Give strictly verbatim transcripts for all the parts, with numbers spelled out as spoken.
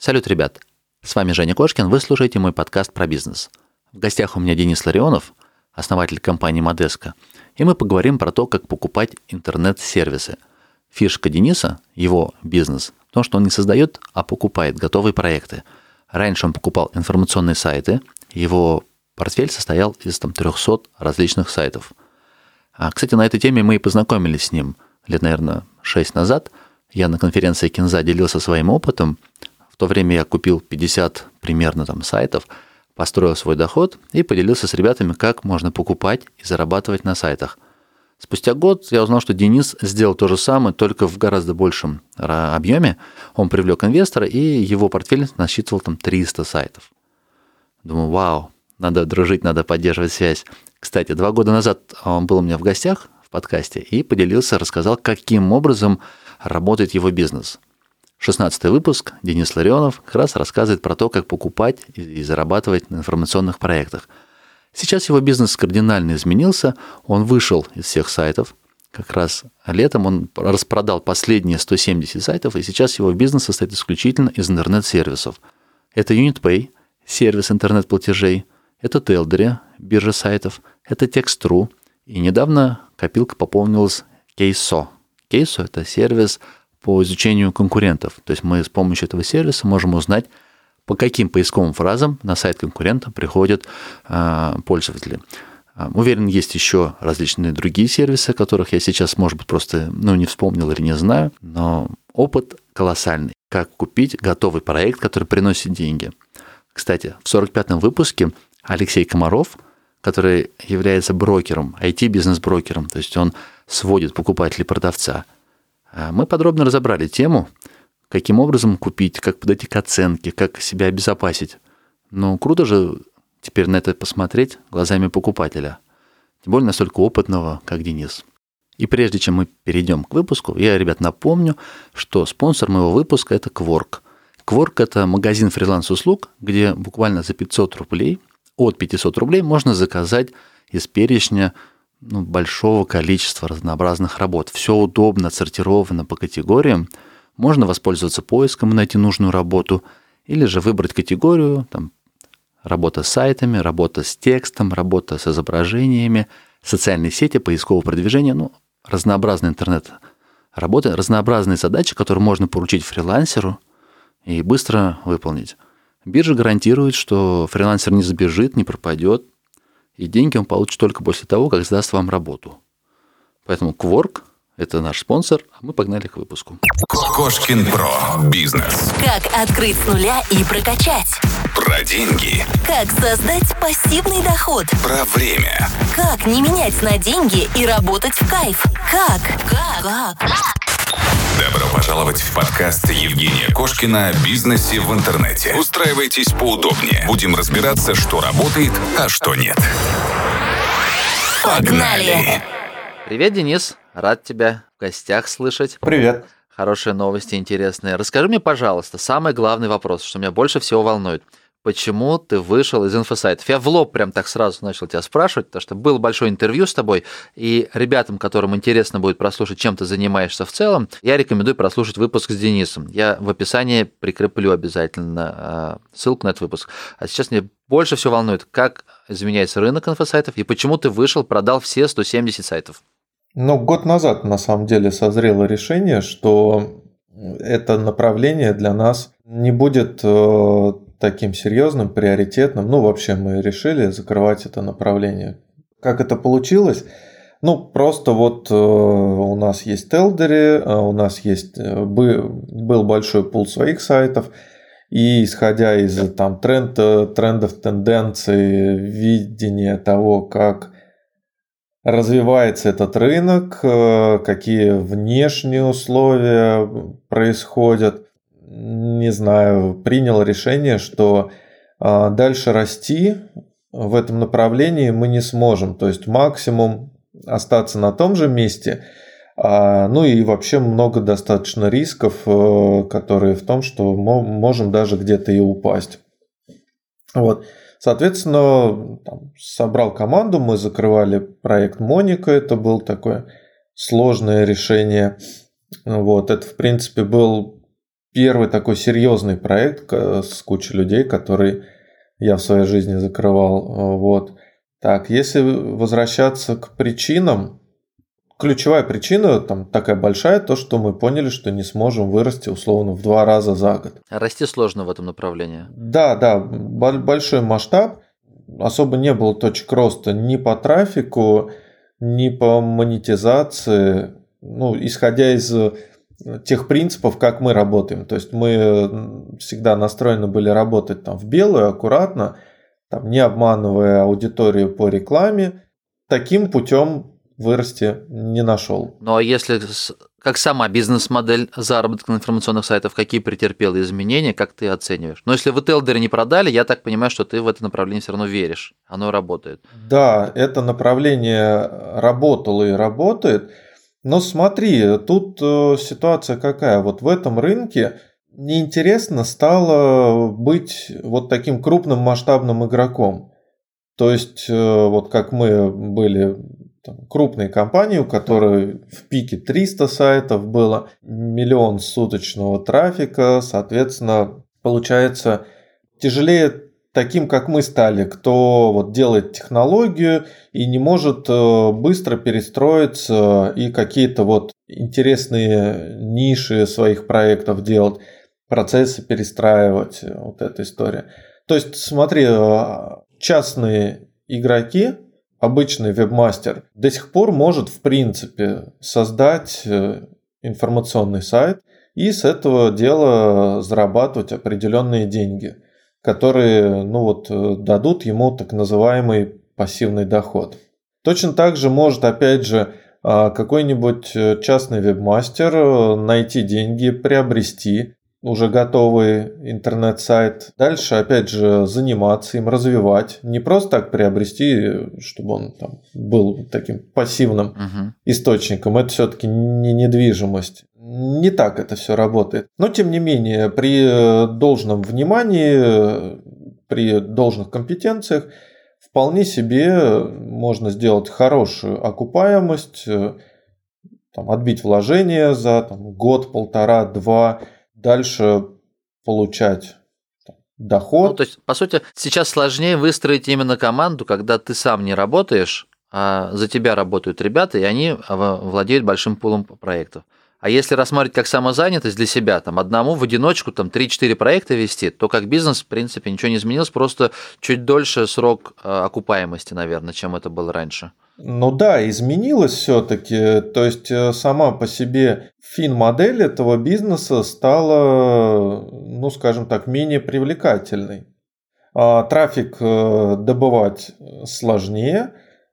Салют, ребят! С вами Женя Кошкин, вы слушаете мой подкаст про бизнес. В гостях у меня Денис Ларионов, основатель компании Модеско, и мы поговорим про то, как покупать интернет-сервисы. Фишка Дениса, его бизнес, в том, что он не создает, а покупает готовые проекты. Раньше он покупал информационные сайты, его портфель состоял из там, триста различных сайтов. А, кстати, на этой теме мы и познакомились с ним лет, наверное, шесть назад. Я на конференции Кинза делился своим опытом. В то время я купил пятьдесят примерно там сайтов, построил свой доход и поделился с ребятами, как можно покупать и зарабатывать на сайтах. Спустя год я узнал, что Денис сделал то же самое, только в гораздо большем объеме. Он привлек инвестора, и его портфель насчитывал там триста сайтов. Думаю, вау, надо дружить, надо поддерживать связь. Кстати, два года назад он был у меня в гостях в подкасте и поделился, рассказал, каким образом работает его бизнес. шестнадцатый выпуск, Денис Ларионов как раз рассказывает про то, как покупать и зарабатывать на информационных проектах. Сейчас его бизнес кардинально изменился, он вышел из всех сайтов. Как раз летом он распродал последние сто семьдесят сайтов, и сейчас его бизнес состоит исключительно из интернет-сервисов. Это UnitPay, сервис интернет-платежей, это Teldry, биржа сайтов, это Text.ru, и недавно копилка пополнилась Кейсо. Кейсо – это сервис по изучению конкурентов. То есть мы с помощью этого сервиса можем узнать, по каким поисковым фразам на сайт конкурента приходят а, пользователи. А, уверен, есть еще различные другие сервисы, о которых я сейчас, может быть, просто ну, не вспомнил или не знаю, но опыт колоссальный. Как купить готовый проект, который приносит деньги. Кстати, в сорок пятом выпуске Алексей Комаров, который является брокером, ай ти-бизнес-брокером, то есть он сводит покупателя и продавца, мы подробно разобрали тему, каким образом купить, как подойти к оценке, как себя обезопасить. Ну, круто же теперь на это посмотреть глазами покупателя, тем более настолько опытного, как Денис. И прежде чем мы перейдем к выпуску, я, ребят, напомню, что спонсор моего выпуска – это Quark. Quark – это магазин фриланс-услуг, где буквально за пятьсот рублей, от пятьсот рублей можно заказать из перечня ну, большого количества разнообразных работ. Все удобно, отсортировано по категориям. Можно воспользоваться поиском и найти нужную работу, или же выбрать категорию, там, работа с сайтами, работа с текстом, работа с изображениями, социальные сети, поисковое продвижение, ну, разнообразный интернет работы, разнообразные задачи, которые можно поручить фрилансеру и быстро выполнить. Биржа гарантирует, что фрилансер не сбежит, не пропадет, и деньги он получит только после того, как сдаст вам работу. Поэтому Quark – это наш спонсор, а мы погнали к выпуску. Кошкин Про. Бизнес. Как открыть с нуля и прокачать. Про деньги. Как создать пассивный доход. Про время. Как не менять на деньги и работать в кайф. Как? Как? Как? Добро пожаловать в подкаст Евгения Кошкина о бизнесе в интернете. Устраивайтесь поудобнее. Будем разбираться, что работает, а что нет. Погнали! Привет, Денис. Рад тебя в гостях слышать. Привет. Хорошие новости, интересные. Расскажи мне, пожалуйста, самый главный вопрос, что меня больше всего волнует. Почему ты вышел из инфосайтов? Я в лоб прям так сразу начал тебя спрашивать, потому что было большое интервью с тобой, и ребятам, которым интересно будет прослушать, чем ты занимаешься в целом, я рекомендую прослушать выпуск с Денисом. Я в описании прикреплю обязательно ссылку на этот выпуск. А сейчас мне больше всего волнует, как изменяется рынок инфосайтов, и почему ты вышел, продал все сто семьдесят сайтов. Ну, год назад, на самом деле, созрело решение, что это направление для нас не будет э, таким серьезным, приоритетным. Ну, вообще мы решили закрывать это направление. Как это получилось? Ну, просто вот э, у нас есть Teldry, э, у нас есть, э, был, был большой пул своих сайтов, и исходя из там, тренд, трендов, тенденций, видения того, как развивается этот рынок, какие внешние условия происходят, не знаю, принял решение, что дальше расти в этом направлении мы не сможем. То есть максимум остаться на том же месте. Ну и вообще много достаточно рисков, которые в том, что мы можем даже где-то и упасть. Вот. Соответственно, там, собрал команду, мы закрывали проект Моника, это было такое сложное решение. Вот, это, в принципе, был первый такой серьезный проект с кучей людей, который я в своей жизни закрывал. Вот. Так, если возвращаться к причинам, ключевая причина, там такая большая, то, что мы поняли, что не сможем вырасти условно в два раза за год. А расти сложно в этом направлении. Да, да, большой масштаб. Особо не было точек роста ни по трафику, ни по монетизации. Ну, исходя из тех принципов, как мы работаем. То есть мы всегда настроены были работать там в белую, аккуратно, там, не обманывая аудиторию по рекламе. Таким путем вырасти не нашел. Ну а если как сама бизнес-модель заработка на информационных сайтах, какие претерпела изменения, как ты оцениваешь? Но если вы Телдеры не продали, я так понимаю, что ты в это направление все равно веришь, оно работает. Да, это направление работало и работает. Но смотри, тут ситуация какая. Вот в этом рынке неинтересно стало быть вот таким крупным масштабным игроком. То есть, вот как мы были там, крупной компанией, у которой в пике триста сайтов было, миллион суточного трафика, соответственно, получается тяжелее таким, как мы стали, кто вот делает технологию и не может быстро перестроиться и какие-то вот интересные ниши своих проектов делать, процессы перестраивать, вот эта история. То есть, смотри, частные игроки, обычный вебмастер до сих пор может, в принципе, создать информационный сайт и с этого дела зарабатывать определенные деньги, которые, ну вот, дадут ему так называемый пассивный доход. Точно так же может, опять же, какой-нибудь частный вебмастер найти деньги, приобрести уже готовый интернет-сайт. Дальше, опять же, заниматься им, развивать. Не просто так приобрести, чтобы он там был таким пассивным uh-huh. источником. Это все-таки не недвижимость. Не так это все работает. Но, тем не менее, при должном внимании, при должных компетенциях, вполне себе можно сделать хорошую окупаемость, там, отбить вложения за там, год, полтора, два, дальше получать там, доход. Ну, то есть, по сути, сейчас сложнее выстроить именно команду, когда ты сам не работаешь, а за тебя работают ребята, и они владеют большим пулом проектов. А если рассматривать как самозанятость для себя, там, одному в одиночку там, три-четыре проекта вести, то как бизнес, в принципе, ничего не изменилось, просто чуть дольше срок окупаемости, наверное, чем это было раньше. Ну да, изменилось все-таки. То есть сама по себе фин-модель этого бизнеса стала, ну скажем так, менее привлекательной. Трафик добывать сложнее,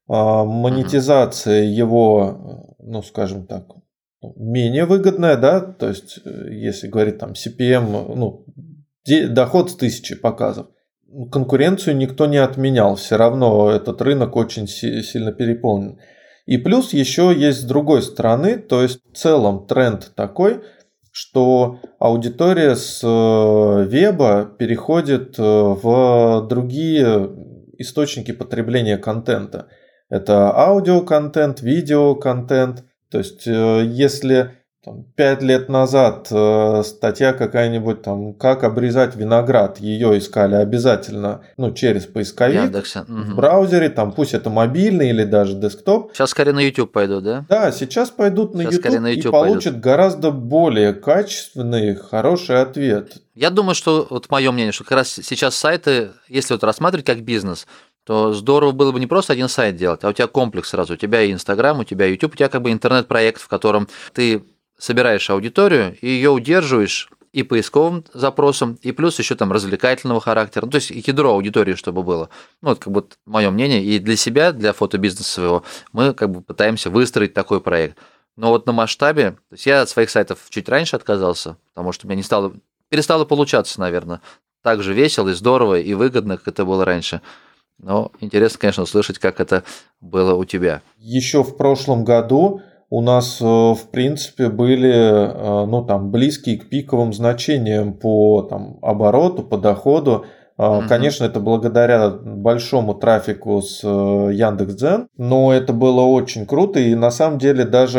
монетизация его, ну скажем так, менее выгодная, да, то есть если говорить там си пи эм, ну, доход с тысячи показов. Конкуренцию никто не отменял, все равно этот рынок очень сильно переполнен. И плюс еще есть с другой стороны, то есть в целом тренд такой, что аудитория с веба переходит в другие источники потребления контента. Это аудиоконтент, видеоконтент. То есть если там, пять лет назад э, статья какая-нибудь там «Как обрезать виноград», ее искали обязательно ну, через поисковик Яндекса. в угу. браузере, там, пусть это мобильный или даже десктоп. Сейчас скорее на YouTube пойдут, да? Да, сейчас пойдут на, сейчас YouTube, на YouTube и получат пойдут. гораздо более качественный, хороший ответ. Я думаю, что, вот мое мнение, что как раз сейчас сайты, если вот рассматривать как бизнес, то здорово было бы не просто один сайт делать, а у тебя комплекс сразу. У тебя и Инстаграм, у тебя YouTube, у тебя как бы интернет-проект, в котором ты собираешь аудиторию и ее удерживаешь и поисковым запросом, и плюс еще там развлекательного характера, ну, то есть ядро аудитории, чтобы было. Ну, вот как бы мое мнение, и для себя, для фотобизнеса своего, мы как бы пытаемся выстроить такой проект. Но вот на масштабе, то есть я от своих сайтов чуть раньше отказался, потому что у меня не стало, перестало получаться, наверное, так же весело и здорово и выгодно, как это было раньше. Но интересно, конечно, услышать, как это было у тебя. Еще в прошлом году у нас, в принципе, были ну, там, близкие к пиковым значениям по там, обороту, по доходу. Mm-hmm. Конечно, это благодаря большому трафику с Яндекс.Дзен, но это было очень круто. И на самом деле даже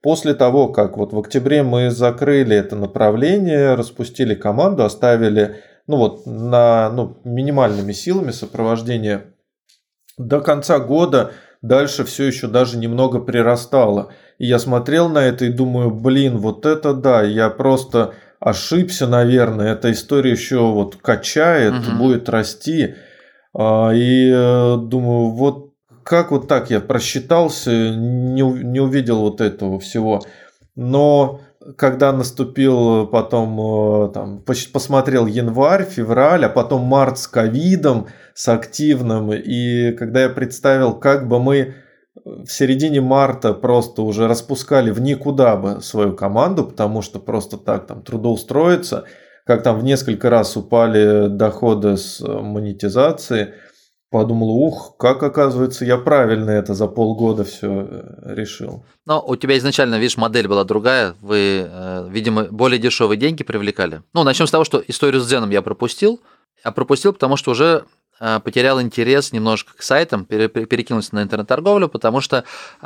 После того, как вот в октябре мы закрыли это направление, распустили команду, оставили ну вот, на ну, минимальными силами сопровождения, до конца года дальше все еще даже немного прирастало. И я смотрел на это и думаю, блин, вот это да, я просто ошибся, наверное, эта история еще вот качает, угу. будет расти. И думаю, вот как вот так я просчитался, не, не увидел вот этого всего. Но когда наступил потом, там, посмотрел январь, февраль, а потом март с ковидом, с активным, и когда я представил, как бы мы в середине марта просто уже распускали в никуда бы свою команду, потому что просто так там трудоустроиться, как там в несколько раз упали доходы с монетизации, подумал, ух, как оказывается, я правильно это за полгода все решил. Но у тебя изначально, видишь, модель была другая, вы, видимо, более дешевые деньги привлекали. Ну, начнем с того, что историю с Дзеном я пропустил, а пропустил, потому что уже потерял интерес немножко к сайтам, перекинулся на интернет-торговлю, потому что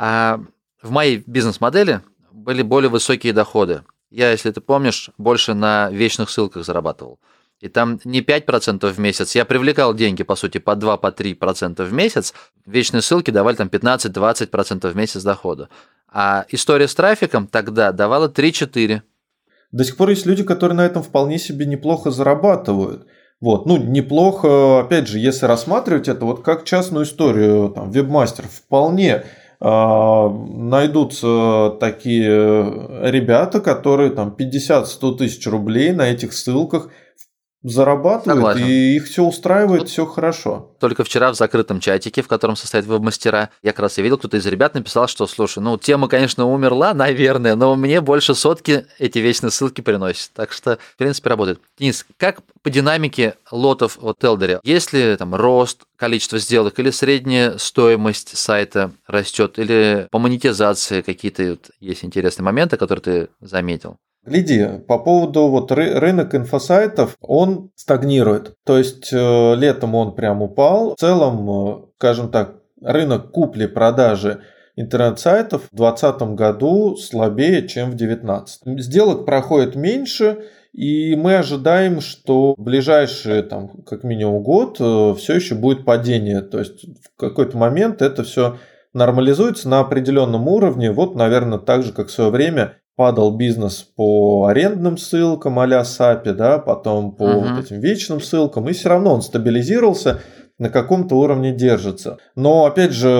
в моей бизнес-модели были более высокие доходы. Я, если ты помнишь, больше на вечных ссылках зарабатывал. И там не пять процентов в месяц, я привлекал деньги, по сути, по два-три процента в месяц. Вечные ссылки давали там пятнадцать-двадцать процентов в месяц дохода. А история с трафиком тогда давала три-четыре. До сих пор есть люди, которые на этом вполне себе неплохо зарабатывают. Вот, ну, неплохо, опять же, если рассматривать это вот как частную историю, там, вебмастер, вполне э, найдутся такие ребята, которые там пятьдесят-сто тысяч рублей на этих ссылках зарабатывают, Согласен. И их все устраивает, все хорошо. Только вчера в закрытом чатике, в котором состоят веб-мастера, я как раз и видел, кто-то из ребят написал, что, слушай, ну, тема, конечно, умерла, наверное, но мне больше сотки эти вечные ссылки приносят. Так что, в принципе, работает. Денис, как по динамике лотов в Телдере? Есть ли там рост, количество сделок, или средняя стоимость сайта растет, или по монетизации какие-то вот есть интересные моменты, которые ты заметил? Гляди, по поводу вот ры- рынок инфосайтов, он стагнирует. То есть э, летом он прям упал. В целом, э, скажем так, рынок купли-продажи интернет-сайтов в двадцатом году слабее, чем в девятнадцатом. Сделок проходит меньше, и мы ожидаем, что в ближайший, там, как минимум год э, все еще будет падение. То есть в какой-то момент это все нормализуется на определенном уровне. Вот, наверное, так же, как в свое время падал бизнес по арендным ссылкам а-ля сапи, да, потом по uh-huh. вот этим вечным ссылкам, и все равно он стабилизировался, на каком-то уровне держится. Но, опять же,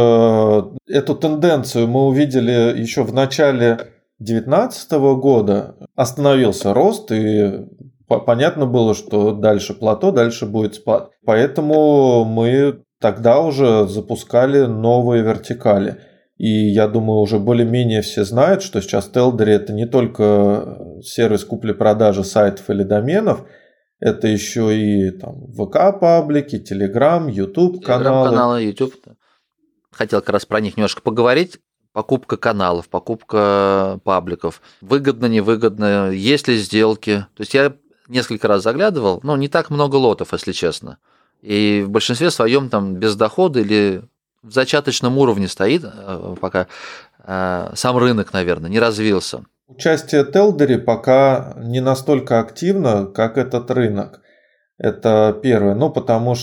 эту тенденцию мы увидели еще в начале две тысячи девятнадцатого года. Остановился рост, и понятно было, что дальше плато, дальше будет спад. Поэтому мы тогда уже запускали новые вертикали. И я думаю, уже более-менее все знают, что сейчас Телдери это не только сервис купли-продажи сайтов или доменов, это еще и там ВК-паблики, Телеграм, YouTube-каналы. Телеграм-каналы, YouTube. Хотел как раз про них немножко поговорить. Покупка каналов, покупка пабликов. Выгодно, невыгодно, есть ли сделки. То есть я несколько раз заглядывал, но не так много лотов, если честно. И в большинстве своем там без дохода или в зачаточном уровне стоит, пока сам рынок, наверное, не развился. Участие Телдери пока не настолько активно, как этот рынок. Это первое. Ну, потому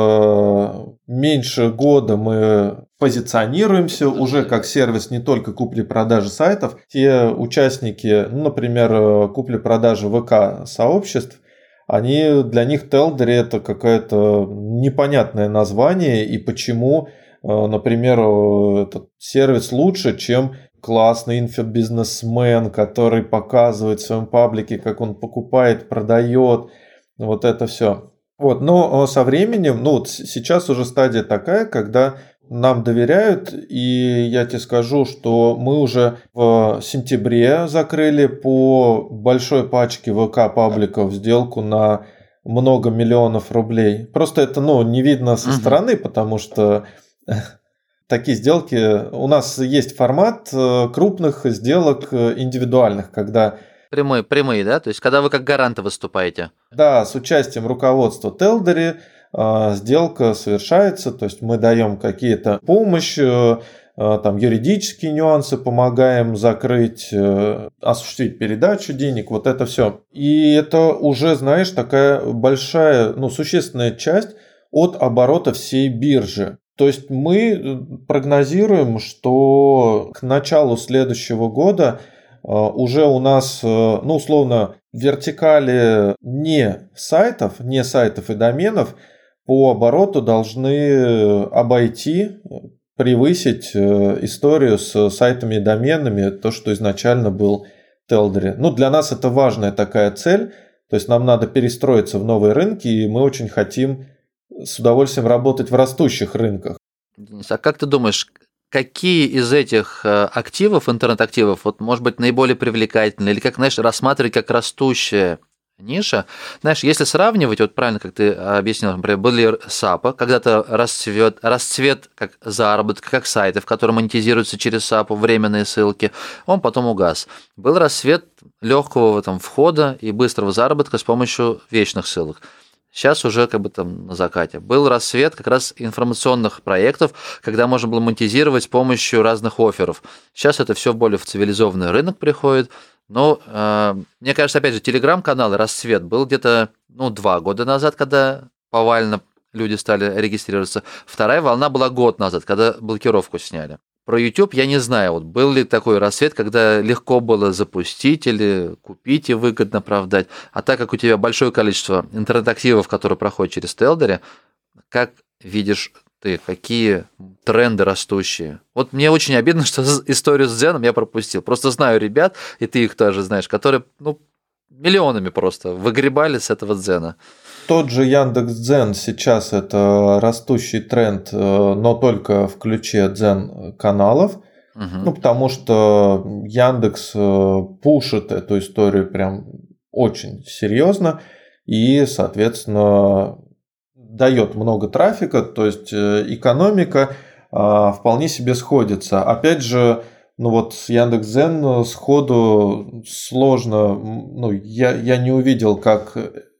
что меньше года мы позиционируемся уже как сервис не только купли-продажи сайтов. Те участники, ну, например, купли-продажи ВК-сообществ, они, для них Телдери это какое-то непонятное название, и почему, например, этот сервис лучше, чем классный инфобизнесмен, который показывает в своем паблике, как он покупает, продает, вот это все. Вот, но со временем, ну вот сейчас уже стадия такая, когда нам доверяют, и я тебе скажу, что мы уже в сентябре закрыли по большой пачке ВК-пабликов сделку на много миллионов рублей. Просто это, ну, не видно со стороны, потому что такие сделки... У нас есть формат крупных сделок индивидуальных, когда... Прямые, прямые, да? То есть, когда вы как гаранты выступаете. Да, с участием руководства Телдери сделка совершается, то есть мы даем какие-то помощь, там юридические нюансы помогаем закрыть, осуществить передачу денег, вот это все. И это уже, знаешь, такая большая, ну, существенная часть от оборота всей биржи. То есть мы прогнозируем, что к началу следующего года уже у нас, ну, условно, вертикали не сайтов, не сайтов и доменов по обороту должны обойти, превысить историю с сайтами и доменами, то, что изначально был Телдери. Ну, для нас это важная такая цель, то есть нам надо перестроиться в новые рынки, и мы очень хотим с удовольствием работать в растущих рынках. Денис, а как ты думаешь, какие из этих активов, интернет-активов, вот, может быть, наиболее привлекательны, или как, знаешь, рассматривать как растущая ниша? Знаешь, если сравнивать, вот правильно, как ты объяснил, например, были сапы, когда-то расцвет, расцвет как заработка, как сайты, в которые монетизируются через сапу временные ссылки, он потом угас. Был расцвет легкого там входа и быстрого заработка с помощью вечных ссылок. Сейчас уже как бы там на закате. Был рассвет как раз информационных проектов, когда можно было монетизировать с помощью разных офферов. Сейчас это все более в цивилизованный рынок приходит. Но э, мне кажется, опять же, телеграм-канал «Расцвет» был где-то ну, два года назад, когда повально люди стали регистрироваться. Вторая волна была год назад, когда блокировку сняли. Про YouTube я не знаю, вот был ли такой рассвет, когда легко было запустить или купить и выгодно продать. А так как у тебя большое количество интернет-активов, которые проходят через Телдери, как видишь ты, какие тренды растущие? Вот мне очень обидно, что историю с Дзеном я пропустил. Просто знаю ребят, и ты их тоже знаешь, которые ну, миллионами просто выгребали с этого Дзена. Тот же Яндекс.Дзен сейчас это растущий тренд, но только в ключе Дзен-каналов. Угу. Ну, потому что Яндекс пушит эту историю прям очень серьезно и, соответственно, дает много трафика, то есть экономика вполне себе сходится. Опять же, ну вот с Яндекс.Дзен сходу сложно, ну, я, я не увидел, как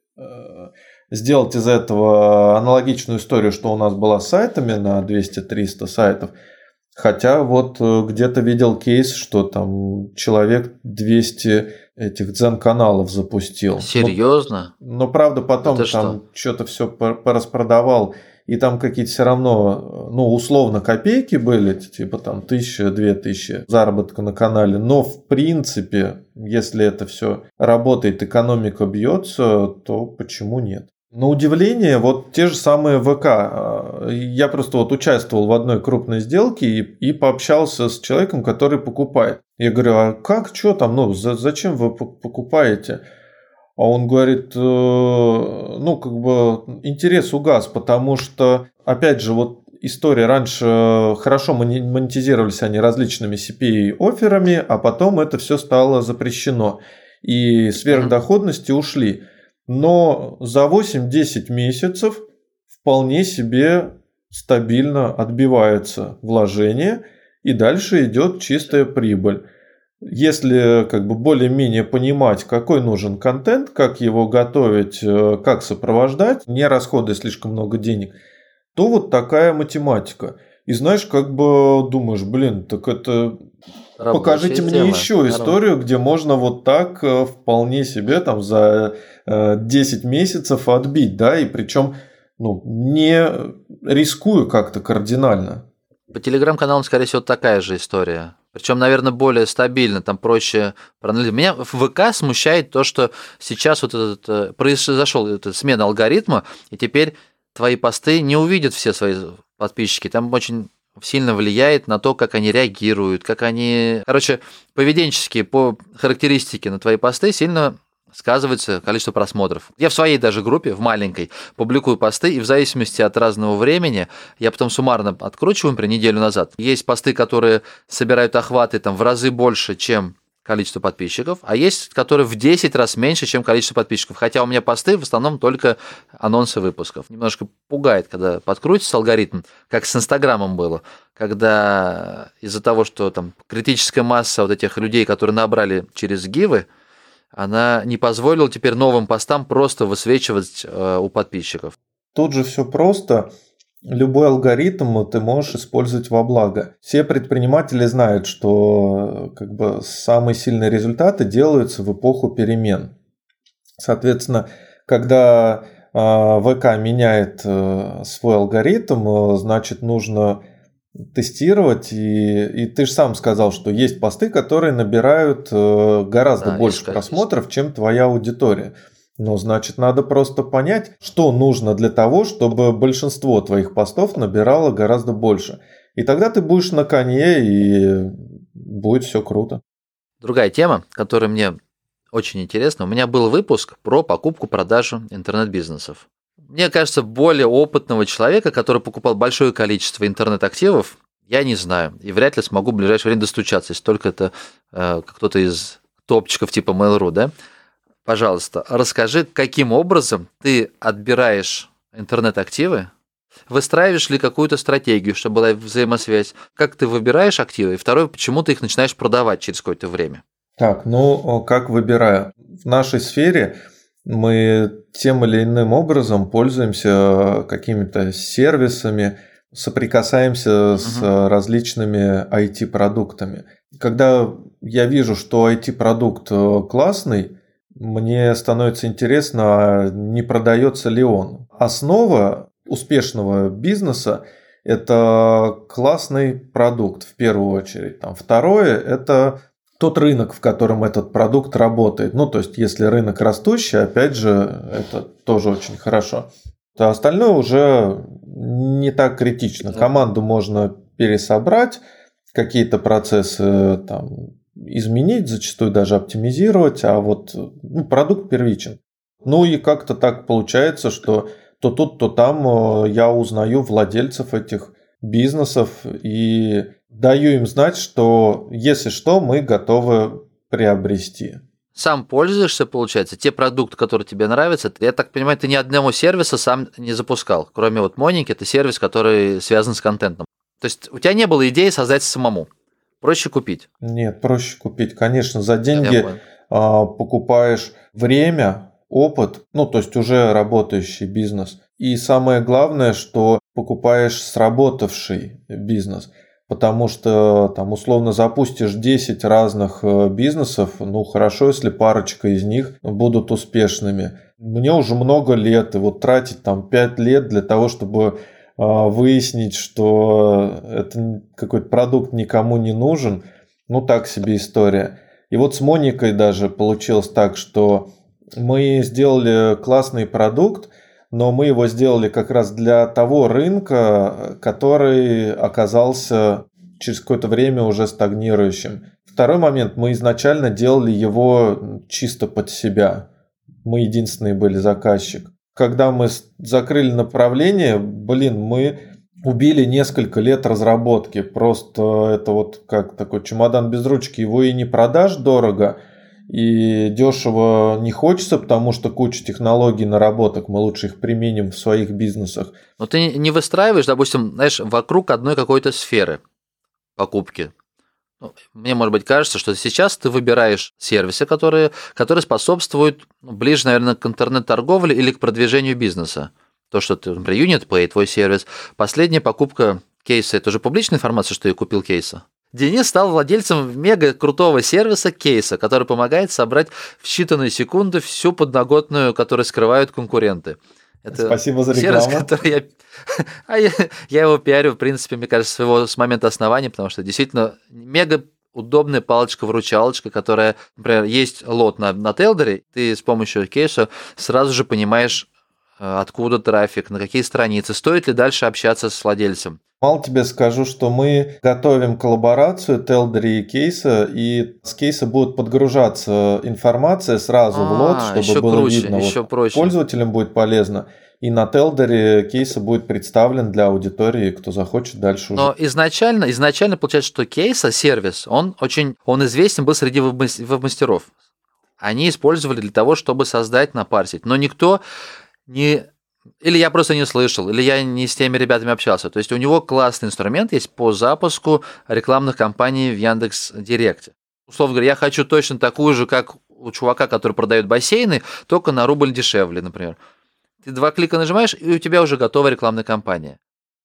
сделать из этого аналогичную историю, что у нас была с сайтами на двести-триста сайтов. Хотя вот где-то видел кейс, что там человек двести этих дзен-каналов запустил. Серьезно? Но, но правда потом Это там что? что-то все пораспродавал, и там какие-то все равно, ну, условно копейки были, типа там тысяча, две тысячи заработка на канале. Но в принципе, если это все работает, экономика бьется, то почему нет? На удивление, вот те же самые ВК. Я просто вот участвовал в одной крупной сделке и, и пообщался с человеком, который покупает. Я говорю, а как, что там, ну, за, зачем вы покупаете? А он говорит, э, ну, как бы интерес угас, потому что, опять же, вот история раньше хорошо монетизировались они различными си пи ай-офферами, а потом это все стало запрещено. И сверхдоходности ушли. Но за восемь-десять месяцев вполне себе стабильно отбивается вложение, и дальше идет чистая прибыль. Если как бы более-менее понимать, какой нужен контент, как его готовить, как сопровождать, не расходуя слишком много денег, то вот такая математика. И знаешь, как бы думаешь, блин, так это... Рабочая покажите тема. Мне еще историю, где можно вот так вполне себе там за десять месяцев отбить, да, и причем ну, не рискую как-то кардинально. По телеграм-каналам, скорее всего, такая же история. Причем, наверное, более стабильно, там проще проанализировать. Меня в ВК смущает то, что сейчас вот этот произошел эта смена алгоритма, и теперь твои посты не увидят все свои подписчики. Там очень сильно влияет на то, как они реагируют, как они... Короче, поведенческие по характеристике на твои посты сильно сказывается количество просмотров. Я в своей даже группе, в маленькой, публикую посты, и в зависимости от разного времени я потом суммарно откручиваю, например, неделю назад. Есть посты, которые собирают охваты там, в разы больше, чем количество подписчиков, а есть, которые в десять раз меньше, чем количество подписчиков. Хотя у меня посты в основном только анонсы выпусков. Немножко пугает, когда подкрутится алгоритм, как с Инстаграмом было, когда из-за того, что там критическая масса вот этих людей, которые набрали через гивы, она не позволила теперь новым постам просто высвечивать э, у подписчиков. Тут же все просто. любой алгоритм ты можешь использовать во благо. Все предприниматели знают, что как бы самые сильные результаты делаются в эпоху перемен. Соответственно, когда ВК меняет свой алгоритм, значит, нужно тестировать. И, и ты же сам сказал, что есть посты, которые набирают гораздо да, больше просмотров, чем твоя аудитория. Ну, значит, надо просто понять, что нужно для того, чтобы большинство твоих постов набирало гораздо больше. И тогда ты будешь на коне, и будет все круто. Другая тема, которая мне очень интересна. У меня был выпуск про покупку-продажу интернет-бизнесов. Мне кажется, более опытного человека, который покупал большое количество интернет-активов, я не знаю. И вряд ли смогу в ближайшее время достучаться, если только это э, кто-то из топчиков типа Mail.ru, да? Пожалуйста, расскажи, каким образом ты отбираешь интернет-активы, выстраиваешь ли какую-то стратегию, чтобы была взаимосвязь, как ты выбираешь активы, и второе, почему ты их начинаешь продавать через какое-то время. Так, ну, как выбираю? В нашей сфере мы тем или иным образом пользуемся какими-то сервисами, соприкасаемся угу. с различными ай ти-продуктами. Когда я вижу, что ай ти-продукт классный, мне становится интересно, не продается ли он. Основа успешного бизнеса – это классный продукт в первую очередь. Там, второе – это тот рынок, в котором этот продукт работает. Ну, то есть, если рынок растущий, опять же, это тоже очень хорошо. А остальное уже не так критично. Команду можно пересобрать, какие-то процессы там изменить, зачастую даже оптимизировать, а вот ну, продукт первичен. Ну и как-то так получается, что то тут, то там я узнаю владельцев этих бизнесов и даю им знать, что если что, мы готовы приобрести. Сам пользуешься, получается, те продукты, которые тебе нравятся. Я так понимаю, ты ни одного сервиса сам не запускал, кроме вот Моники, это сервис, который связан с контентом. То есть у тебя не было идеи создать самому? Проще купить? Нет, проще купить. Конечно, за деньги покупаешь время, опыт, ну, то есть уже работающий бизнес. И самое главное, что покупаешь сработавший бизнес. Потому что там условно запустишь десять разных бизнесов, ну хорошо, если парочка из них будут успешными. Мне уже много лет, и вот тратить там пять лет для того, чтобы выяснить, что это какой-то продукт никому не нужен, ну так себе история. И вот с Моникой даже получилось так, что мы сделали классный продукт, но мы его сделали как раз для того рынка, который оказался через какое-то время уже стагнирующим. Второй момент, мы изначально делали его чисто под себя. Мы единственные были заказчик. Когда мы закрыли направление, блин, мы убили несколько лет разработки. Просто это вот как такой чемодан без ручки, его и не продашь дорого, и дешево не хочется, потому что куча технологий, наработок, мы лучше их применим в своих бизнесах. Но ты не выстраиваешь, допустим, знаешь, вокруг одной какой-то сферы покупки. Мне, может быть, кажется, что сейчас ты выбираешь сервисы, которые, которые способствуют ближе, наверное, к интернет-торговле или к продвижению бизнеса. То, что ты, например, UnitPay, твой сервис. Последняя покупка кейса – это уже публичная информация, что я купил кейса. Денис стал владельцем мега крутого сервиса кейса, который помогает собрать в считанные секунды всю подноготную, которую скрывают конкуренты. Это Спасибо за рекламу. Сервис, который я... а я, я его пиарю, в принципе, мне кажется, своего с момента основания, потому что действительно мега удобная палочка-выручалочка, которая, например, есть лот на, на Телдере, ты с помощью кейса сразу же понимаешь, откуда трафик, на какие страницы, стоит ли дальше общаться с владельцем. Мало тебе скажу, что мы готовим коллаборацию Телдери и Кейса, и с Кейса будет подгружаться информация сразу а, в лот, чтобы было круче, видно, еще вот, проще. Пользователям будет полезно. И на Телдере Кейса будет представлен для аудитории, кто захочет дальше уже. Но изначально, изначально получается, что Кейса, сервис, он очень он известен был среди веб-мастеров. Они использовали для того, чтобы создать, напарсить. Но никто не... Или я просто не слышал, или я не с теми ребятами общался. То есть у него классный инструмент есть по запуску рекламных кампаний в Яндекс.Директе. Условно говоря, я хочу точно такую же, как у чувака, который продает бассейны, только на рубль дешевле, например. Ты два клика нажимаешь, и у тебя уже готова рекламная кампания.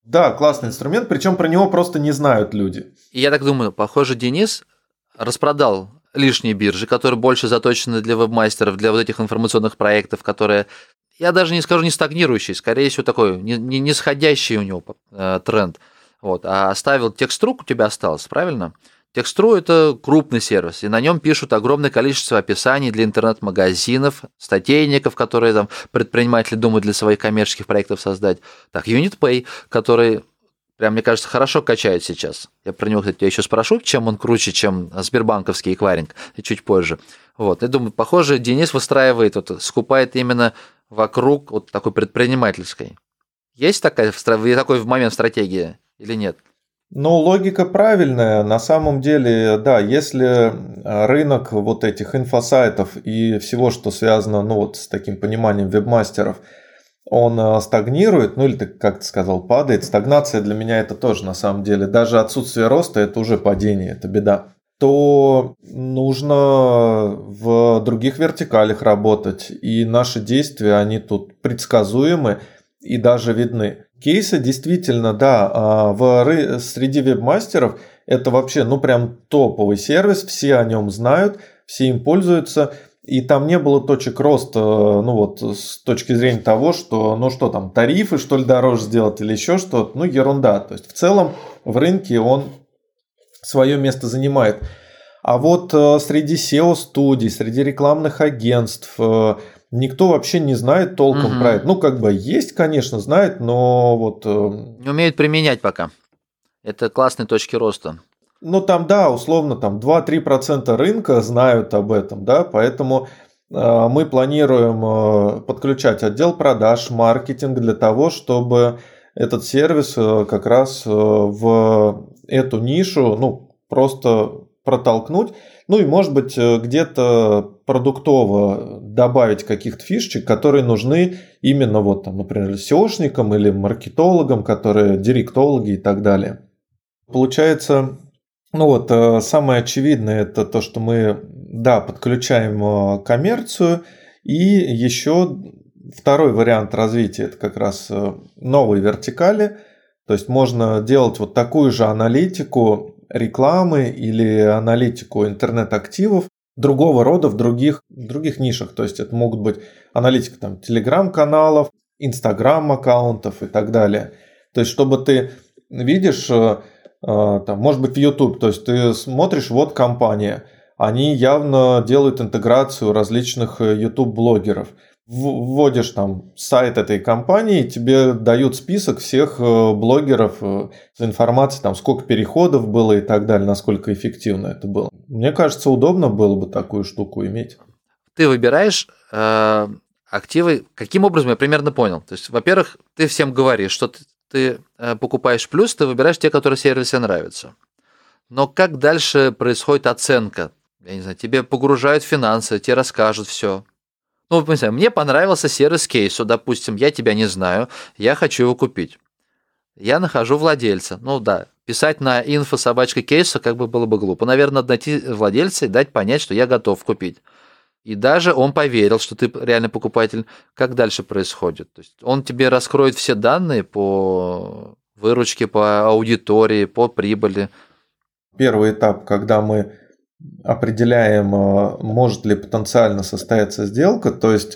Да, классный инструмент, причем про него просто не знают люди. И я так думаю, похоже, Денис распродал лишние биржи, которые больше заточены для веб-мастеров, для вот этих информационных проектов, которые, я даже не скажу, не стагнирующий, скорее всего, такой не, не, не сходящий у него э, тренд. Вот. А оставил Текструк, у тебя осталось, правильно? Текстру – это крупный сервис, и на нем пишут огромное количество описаний для интернет-магазинов, статейников, которые там предприниматели думают для своих коммерческих проектов создать. Так, UnitPay, который, прям, мне кажется, хорошо качает сейчас. Я про него, кстати, я еще спрошу, чем он круче, чем сбербанковский эквайринг, и чуть позже. Вот. Я думаю, похоже, Денис выстраивает, вот, скупает именно вокруг вот такой предпринимательской. Есть такая, такой момент в стратегии или нет? Ну, логика правильная. На самом деле, да, если рынок вот этих инфосайтов и всего, что связано, ну, вот с таким пониманием вебмастеров, он стагнирует, ну, или ты, как ты сказал, падает. Стагнация для меня это тоже, на самом деле, даже отсутствие роста, это уже падение, это беда. То нужно в других вертикалях работать. И наши действия, они тут предсказуемы и даже видны. Кейсы действительно, да, в, среди вебмастеров это вообще, ну, прям топовый сервис, все о нем знают, все им пользуются, и там не было точек роста, ну, вот, с точки зрения того, что, ну, что там, тарифы, что ли, дороже сделать или еще что-то, ну, ерунда. То есть, в целом, в рынке он свое место занимает. А вот среди сео-студий, среди рекламных агентств никто вообще не знает толком угу. про это. Ну, как бы есть, конечно, знает, но вот... Не умеют применять пока. Это классные точки роста. Ну, там, да, условно, там два-три процента рынка знают об этом, да, поэтому э, мы планируем э, подключать отдел продаж, маркетинг для того, чтобы этот сервис э, как раз э, в эту нишу, ну, просто протолкнуть. Ну и, может быть, где-то продуктово добавить каких-то фишечек, которые нужны именно, вот, там, например, сеошникам или маркетологам, которые директологи и так далее. Получается, ну вот, самое очевидное это то, что мы, да, подключаем коммерцию, и еще второй вариант развития – это как раз новые вертикали. То есть можно делать вот такую же аналитику рекламы или аналитику интернет-активов другого рода в других, в других нишах. То есть это могут быть аналитика там, телеграм-каналов, инстаграм-аккаунтов и так далее. То есть чтобы ты видишь, там, может быть в YouTube, то есть ты смотришь, вот компания, они явно делают интеграцию различных YouTube-блогеров. Вводишь там сайт этой компании, тебе дают список всех блогеров с информацией, там, сколько переходов было и так далее, насколько эффективно это было. Мне кажется, удобно было бы такую штуку иметь. Ты выбираешь э, активы, каким образом, я примерно понял. То есть, во-первых, ты всем говоришь, что ты, ты э, покупаешь плюс, ты выбираешь те, которые сервисе нравятся. Но как дальше происходит оценка? Я не знаю, тебе погружают финансы, тебе расскажут все. Ну, мне понравился сервис Кейсу, допустим, я тебя не знаю, я хочу его купить. Я нахожу владельца. Ну да, писать на инфо собачка Кейса как бы было бы глупо. Наверное, надо найти владельца и дать понять, что я готов купить. И даже он поверил, что ты реальный покупатель. Как дальше происходит? То есть он тебе раскроет все данные по выручке, по аудитории, по прибыли. Первый этап, когда мы определяем, может ли потенциально состояться сделка, то есть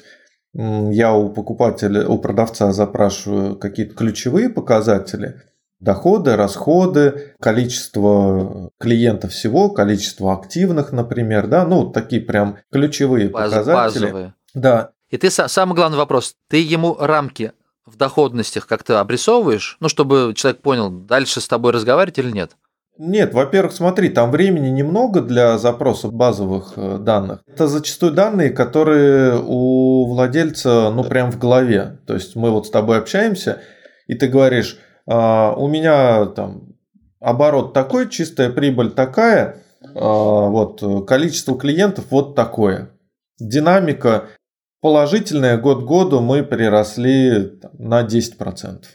я у покупателя, у продавца запрашиваю какие-то ключевые показатели, доходы, расходы, количество клиентов всего, количество активных, например, да, ну такие прям ключевые Баз, показатели. Базовые. Да. И ты самый главный вопрос, ты ему рамки в доходностях как-то обрисовываешь, ну чтобы человек понял, дальше с тобой разговаривать или нет? Нет, во-первых, смотри, там времени немного для запроса базовых данных. Это зачастую данные, которые у владельца, ну, прям в голове. То есть мы вот с тобой общаемся, и ты говоришь, а, у меня там оборот такой, чистая прибыль такая, а, вот количество клиентов вот такое. Динамика положительная, год к году мы приросли там, на десять процентов.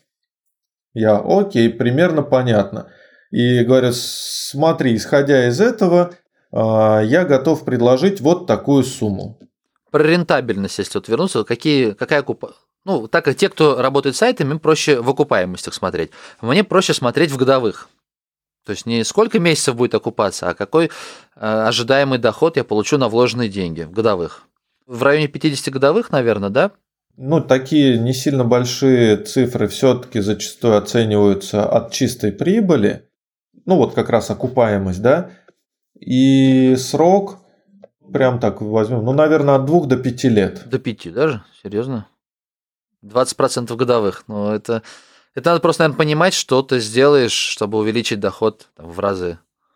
Я, окей, примерно понятно. И говорю, смотри, исходя из этого, я готов предложить вот такую сумму. Про рентабельность, если вот вернуться, какие, какая Ну, так как те, кто работает с сайтами, им проще в окупаемостях смотреть. Мне проще смотреть в годовых. То есть не сколько месяцев будет окупаться, а какой э, ожидаемый доход я получу на вложенные деньги в годовых. В районе пятьдесят годовых, наверное, да? Ну, такие не сильно большие цифры все-таки зачастую оцениваются от чистой прибыли. Ну, вот как раз окупаемость, да? И срок, прям так возьмем, ну, наверное, от двух до пяти лет. До пяти даже? Серьезно? двадцать процентов годовых. Ну, это, это надо просто, наверное, понимать, что ты сделаешь, чтобы увеличить доход там, в разы.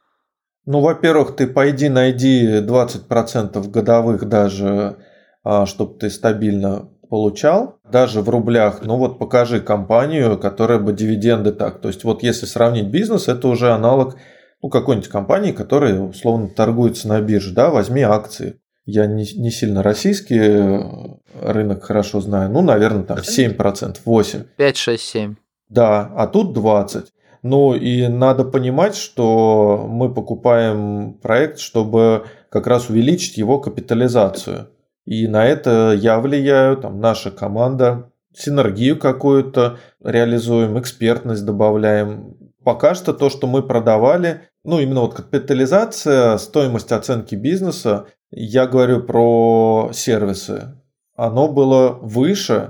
Ну, во-первых, ты пойди найди двадцать процентов годовых даже, чтобы ты стабильно получал, даже в рублях. Ну, вот покажи компанию, которая бы дивиденды так. То есть, вот если сравнить бизнес, это уже аналог ну, какой-нибудь компании, которая, условно, торгуется на бирже. Да, возьми акции. Я не, не сильно российский рынок хорошо знаю. Ну, наверное, там семь процентов, восемь процентов. пять, шесть, семь. Да, а тут двадцать процентов. Ну, и надо понимать, что мы покупаем проект, чтобы как раз увеличить его капитализацию. И на это я влияю, там, наша команда, синергию какую-то реализуем, экспертность добавляем. Пока что то, что мы продавали, ну, именно вот капитализация, стоимость оценки бизнеса, я говорю про сервисы, оно было выше,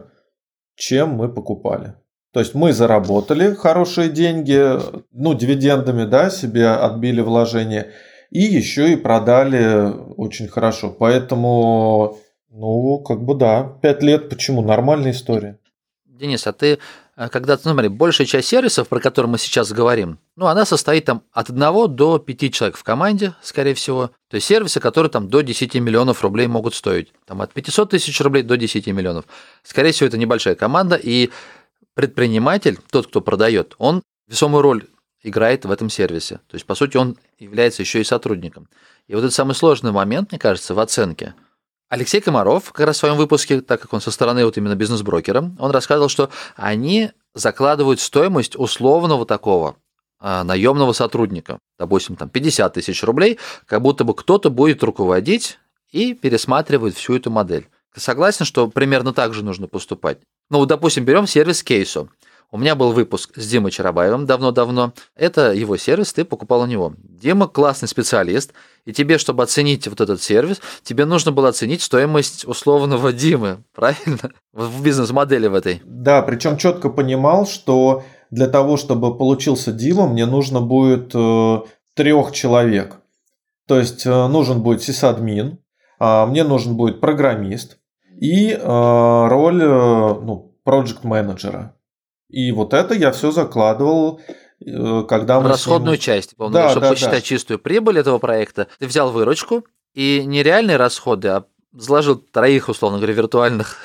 чем мы покупали. То есть мы заработали хорошие деньги, ну, дивидендами, да, себе отбили вложения, и еще и продали очень хорошо. Поэтому, ну, как бы да, пять лет, почему? Нормальная история. Денис, а ты, когда, ну, смотри, большая часть сервисов, про которые мы сейчас говорим, ну, она состоит там от одного до пяти человек в команде, скорее всего. То есть сервисы, которые там до десяти миллионов рублей могут стоить. Там от пятисот тысяч рублей до десяти миллионов. Скорее всего, это небольшая команда, и предприниматель, тот, кто продает, он весомую роль играет в этом сервисе. То есть, по сути, он является еще и сотрудником. И вот это самый сложный момент, мне кажется, в оценке. Алексей Комаров, как раз в своем выпуске, так как он со стороны вот именно бизнес-брокера, он рассказывал, что они закладывают стоимость условного такого а, наемного сотрудника, допустим, там пятьдесят тысяч рублей, как будто бы кто-то будет руководить и пересматривает всю эту модель. Ты согласен, что примерно так же нужно поступать? Ну, вот, допустим, берем сервис Кейсо. У меня был выпуск с Димой Чарабаевым давно-давно. Это его сервис, ты покупал у него. Дима классный специалист, и тебе, чтобы оценить вот этот сервис, тебе нужно было оценить стоимость условного Димы, правильно? В бизнес-модели в этой. Да, причем четко понимал, что для того, чтобы получился Дима, мне нужно будет э, трех человек. То есть э, нужен будет сисадмин, э, мне нужен будет программист и э, роль э, ну, проект-менеджера. И вот это я все закладывал, когда мы... Расходную ним... часть, помню, да, чтобы да, посчитать да. чистую прибыль этого проекта. Ты взял выручку и не реальные расходы, а заложил троих, условно говоря, виртуальных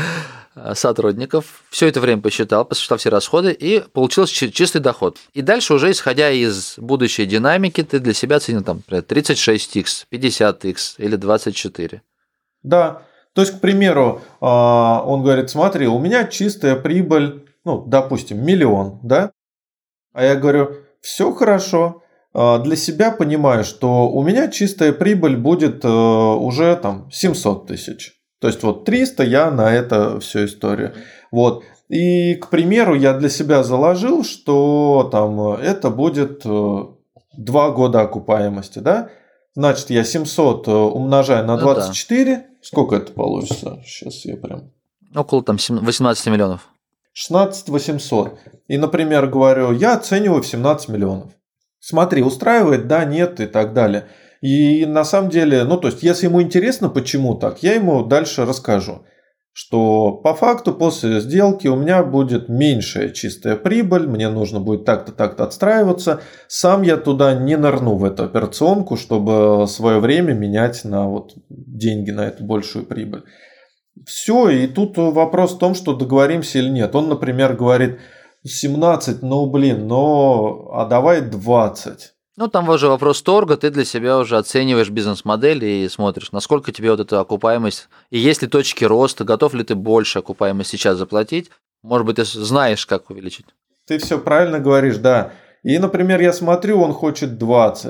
сотрудников. Все это время посчитал, посчитал все расходы, и получился чистый доход. И дальше уже, исходя из будущей динамики, ты для себя оценил там тридцать шесть икс, пятьдесят икс или двадцать четыре. Да, то есть, к примеру, он говорит, смотри, у меня чистая прибыль, ну, допустим, миллион, да? А я говорю, все хорошо, для себя понимаю, что у меня чистая прибыль будет уже там семьсот тысяч. То есть, вот триста я на это всю историю. Вот. И, к примеру, я для себя заложил, что там это будет два года окупаемости, да? Значит, я семьсот умножаю на двадцать четыре. Ну, да. Сколько это получится? Сейчас я прям... Около там восемнадцать миллионов. шестнадцать восемьсот. И, например, говорю, я оцениваю в семнадцать миллионов. Смотри, устраивает, да, нет и так далее. И на самом деле, ну, то есть, если ему интересно, почему так, я ему дальше расскажу, что по факту после сделки у меня будет меньшая чистая прибыль, мне нужно будет так-то, так-то отстраиваться. Сам я туда не нырну в эту операционку, чтобы свое время менять на вот деньги, на эту большую прибыль. Все, и тут вопрос в том, что договоримся или нет. Он, например, говорит семнадцать, ну блин, но а давай двадцать. Ну, там уже вопрос торга, ты для себя уже оцениваешь бизнес-модель и смотришь, насколько тебе вот эта окупаемость, и есть ли точки роста, готов ли ты больше окупаемость сейчас заплатить, может быть, ты знаешь, как увеличить. Ты все правильно говоришь, да. И, например, я смотрю, он хочет двадцать.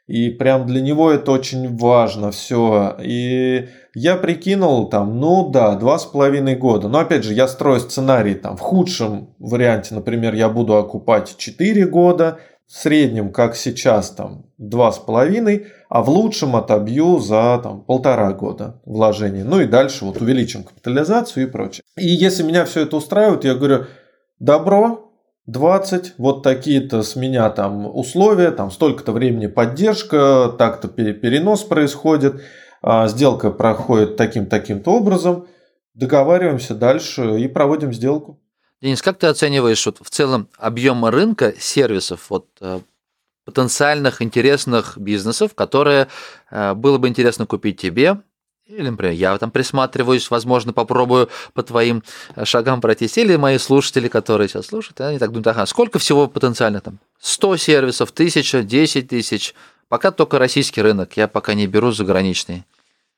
И прям для него это очень важно все. И я прикинул там, ну да, два с половиной года. Но опять же, я строю сценарий там в худшем варианте, например, я буду окупать четыре года, в среднем, как сейчас, там два с половиной, а в лучшем отобью за там полтора года вложения. Ну и дальше вот увеличим капитализацию и прочее. И если меня все это устраивает, я говорю, добро, двадцать, вот такие-то с меня там условия, там столько-то времени поддержка, так-то перенос происходит, сделка проходит таким-таким-то образом, договариваемся дальше и проводим сделку. Денис, как ты оцениваешь вот в целом объем рынка сервисов, вот, потенциальных интересных бизнесов, которые было бы интересно купить тебе? Или, например, я там присматриваюсь, возможно, попробую по твоим шагам пройтись. Или мои слушатели, которые сейчас слушают, они так думают, ага, сколько всего потенциально там? сто сервисов, тысяча, десять тысяч. Пока только российский рынок, я пока не беру заграничный.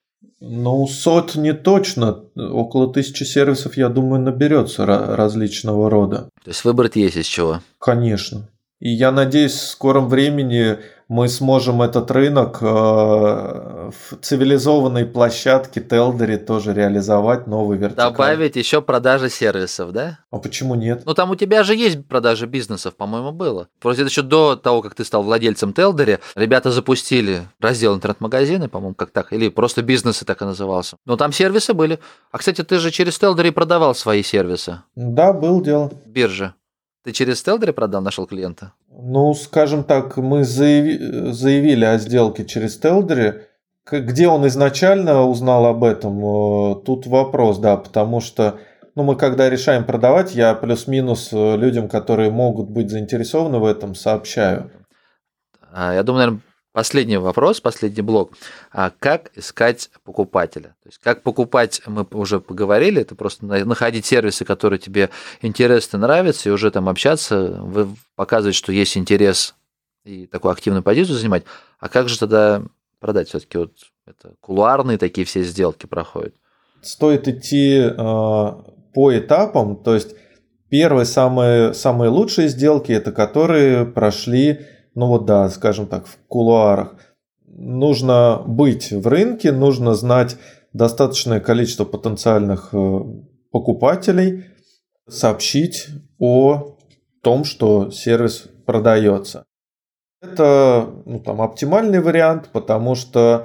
Ну, сотни точно. Около тысячи сервисов, я думаю, наберется различного рода. То есть выбрать есть из чего? Конечно. И я надеюсь, в скором времени мы сможем этот рынок в цивилизованной площадке Телдере тоже реализовать, новый вертикаль. Добавить еще продажи сервисов, да? А почему нет? Ну, там у тебя же есть продажи бизнесов, по-моему, было. Просто это еще до того, как ты стал владельцем Телдере, ребята запустили раздел интернет-магазины, по-моему, как так, или просто бизнесы так и назывался. Но там сервисы были. А, кстати, ты же через Телдере продавал свои сервисы. Да, был дело. Биржа. Ты через Телдере продал, нашел клиента? Ну, скажем так, мы заяви... заявили о сделке через Телдере. Где он изначально узнал об этом? Тут вопрос, да, потому что ну, мы когда решаем продавать, я плюс-минус людям, которые могут быть заинтересованы в этом, сообщаю. Я думаю, наверное, последний вопрос, последний блок. А как искать покупателя? То есть, как покупать, мы уже поговорили, это просто находить сервисы, которые тебе интересны, нравятся, и уже там общаться, показывать, что есть интерес и такую активную позицию занимать. А как же тогда продать? Все-таки вот это кулуарные такие все сделки проходят. Стоит идти э, по этапам, то есть первые самые, самые лучшие сделки, это которые прошли, ну вот да, скажем так, в кулуарах. Нужно быть в рынке, нужно знать достаточное количество потенциальных покупателей, сообщить о том, что сервис продается. Это ну, там, оптимальный вариант, потому что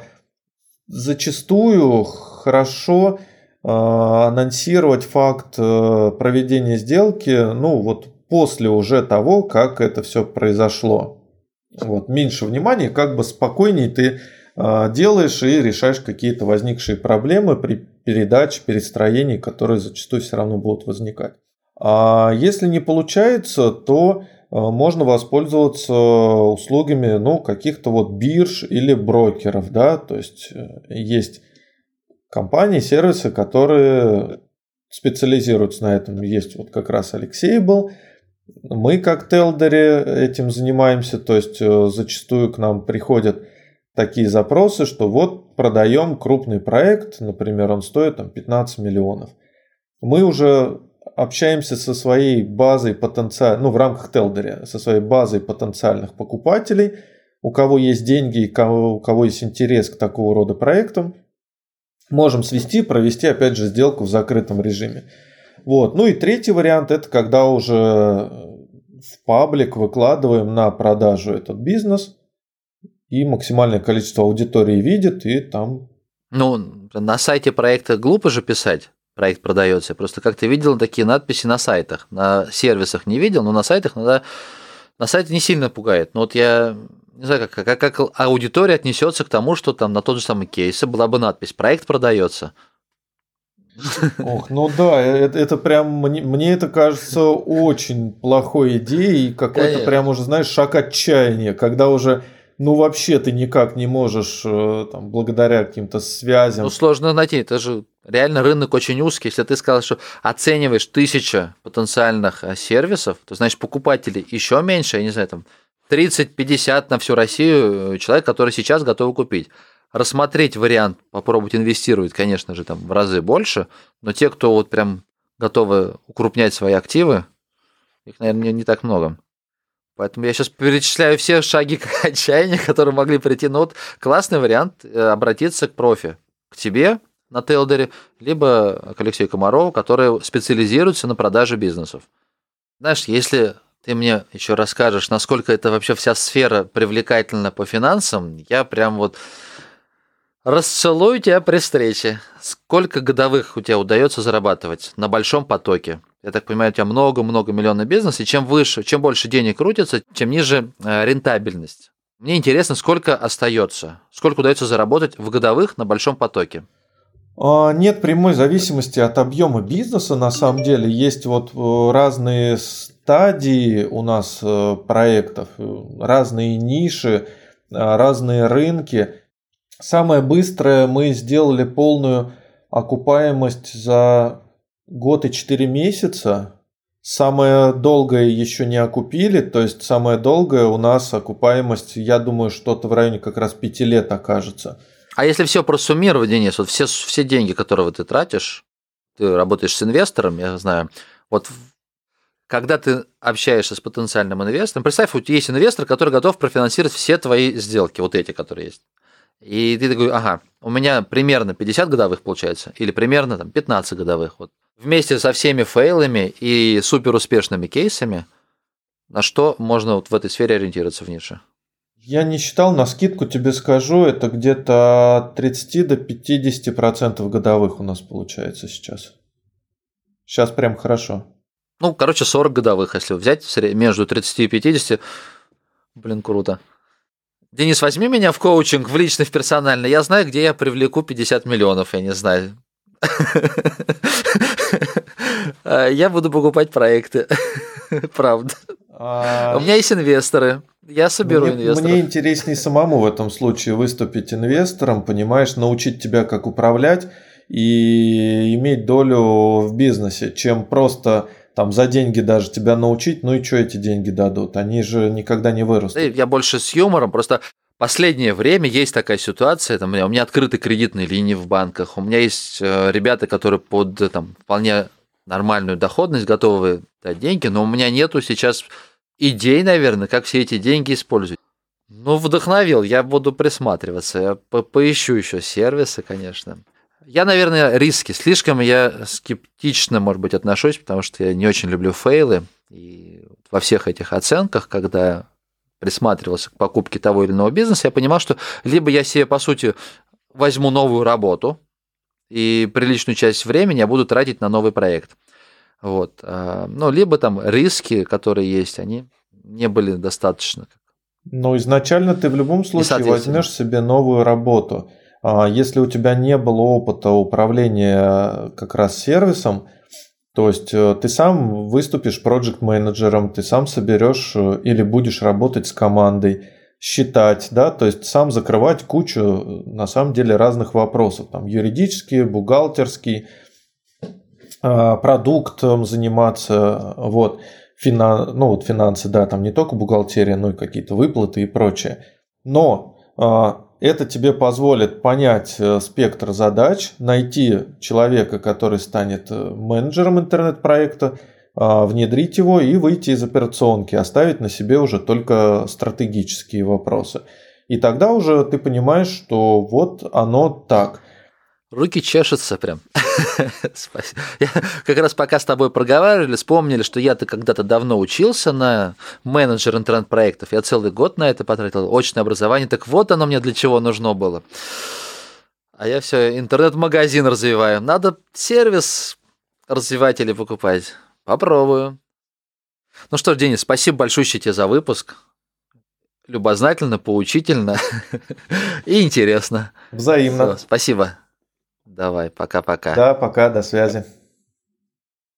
зачастую хорошо э, анонсировать факт э, проведения сделки, ну вот после уже того, как это все произошло. Вот, меньше внимания, как бы спокойнее ты э, делаешь и решаешь какие-то возникшие проблемы при передаче, перестроении, которые зачастую все равно будут возникать. А если не получается, то э, можно воспользоваться услугами ну, каких-то вот бирж или брокеров. Да? То есть э, есть компании, сервисы, которые специализируются на этом. Есть вот как раз Алексей был. Мы как Телдере этим занимаемся, то есть зачастую к нам приходят такие запросы, что вот продаем крупный проект, например, он стоит там, пятнадцать миллионов. Мы уже общаемся со своей базой потенциальных, ну в рамках Телдере, со своей базой потенциальных покупателей, у кого есть деньги и у кого есть интерес к такого рода проектам. Можем свести, провести опять же сделку в закрытом режиме. Вот. Ну и третий вариант, это когда уже в паблик выкладываем на продажу этот бизнес, и максимальное количество аудитории видит, и там... Ну, на сайте проекта глупо же писать, проект продается. Просто как ты видел такие надписи на сайтах, на сервисах не видел, но на сайтах надо... На сайте не сильно пугает. Но вот я не знаю, как, как, как аудитория отнесется к тому, что там на тот же самый кейс была бы надпись «Проект продается». Ох, ну да, это, это прям, мне, мне это кажется очень плохой идеей, и какой-то Конечно. Прям уже, знаешь, шаг отчаяния, когда уже, ну вообще ты никак не можешь, там, благодаря каким-то связям. Ну сложно найти, это же реально рынок очень узкий. Если ты сказал, что оцениваешь тысяча потенциальных сервисов, то значит покупателей еще меньше, я не знаю, там тридцать-пятьдесят на всю Россию человек, которые сейчас готовы купить. Рассмотреть вариант, попробовать инвестировать, конечно же, там в разы больше, но те, кто вот прям готовы укрупнять свои активы, их, наверное, не так много. Поэтому я сейчас перечисляю все шаги к отчаянию, которые могли прийти. Но вот классный вариант обратиться к профи, к тебе на Тейлдере, либо к Алексею Комарову, который специализируется на продаже бизнесов. Знаешь, если ты мне еще расскажешь, насколько это вообще вся сфера привлекательна по финансам, я прям вот расцелую тебя при встрече. Сколько годовых у тебя удается зарабатывать на большом потоке? Я так понимаю, у тебя много-много миллионов бизнес, и чем выше, чем больше денег крутится, тем ниже рентабельность. Мне интересно, сколько остается, сколько удается заработать в годовых на большом потоке. Нет прямой зависимости от объема бизнеса, на самом деле. Есть вот разные стадии у нас проектов, разные ниши, разные рынки. Самое быстрое мы сделали полную окупаемость за год и четыре месяца. Самое долгое еще не окупили, то есть самое долгое у нас окупаемость, я думаю, что-то в районе как раз пяти лет окажется. А если все просуммировать, Денис, вот все, все деньги, которые ты тратишь, ты работаешь с инвестором, я знаю, вот когда ты общаешься с потенциальным инвестором, представь, вот есть инвестор, который готов профинансировать все твои сделки, вот эти, которые есть. И ты такой, ага, у меня примерно пятьдесят годовых получается, или примерно там, пятнадцать годовых. Вот. Вместе со всеми фейлами и суперуспешными кейсами, на что можно вот в этой сфере ориентироваться в нише? Я не считал, навскидку тебе скажу, это где-то от тридцати до пятидесяти процентов годовых у нас получается сейчас. Сейчас прям хорошо. Ну, короче, сорок годовых, если взять между тридцатью и пятьюдесятью, блин, круто. Денис, возьми меня в коучинг, в личный, в персональный. Я знаю, где я привлеку пятьдесят миллионов, я не знаю. Я буду покупать проекты. Правда. У меня есть инвесторы. Я соберу мне, инвесторов. Мне интереснее самому в этом случае выступить инвестором, понимаешь, научить тебя, как управлять и иметь долю в бизнесе, чем просто там за деньги даже тебя научить, ну и что эти деньги дадут? Они же никогда не вырастут. Я больше с юмором, просто последнее время есть такая ситуация, там, у меня открыты кредитные линии в банках, у меня есть ребята, которые под там, вполне нормальную доходность готовы дать деньги, но у меня нету сейчас идей, наверное, как все эти деньги использовать. Ну, вдохновил, я буду присматриваться, я по поищу еще сервисы, конечно. Я, наверное, риски. Слишком я скептично, может быть, отношусь, потому что я не очень люблю фейлы. И во всех этих оценках, когда присматривался к покупке того или иного бизнеса, я понимал, что либо я себе, по сути, возьму новую работу, и приличную часть времени я буду тратить на новый проект. Вот. Ну, либо там риски, которые есть, они не были достаточно. Ну, изначально ты в любом случае возьмешь себе новую работу. Если у тебя не было опыта управления как раз сервисом, то есть ты сам выступишь проект-менеджером, ты сам соберешь или будешь работать с командой, считать, да, то есть сам закрывать кучу, на самом деле, разных вопросов, там, юридические, бухгалтерские, продуктом заниматься, вот, финан, ну, вот финансы, да, там не только бухгалтерия, но и какие-то выплаты и прочее. Но это тебе позволит понять спектр задач, найти человека, который станет менеджером интернет-проекта, внедрить его и выйти из операционки, оставить на себе уже только стратегические вопросы. И тогда уже ты понимаешь, что вот оно так. Руки чешутся прям. Спасибо. Я как раз пока с тобой проговаривали, вспомнили, что я-то когда-то давно учился на менеджер интернет-проектов. Я целый год на это потратил, очное образование. Так вот оно мне для чего нужно было. А я все интернет-магазин развиваю. Надо сервис развивать или покупать. Попробую. Ну что ж, Денис, спасибо большое тебе за выпуск. Любознательно, поучительно и интересно. Взаимно. Все, спасибо. Давай, пока-пока. Да, пока, до связи.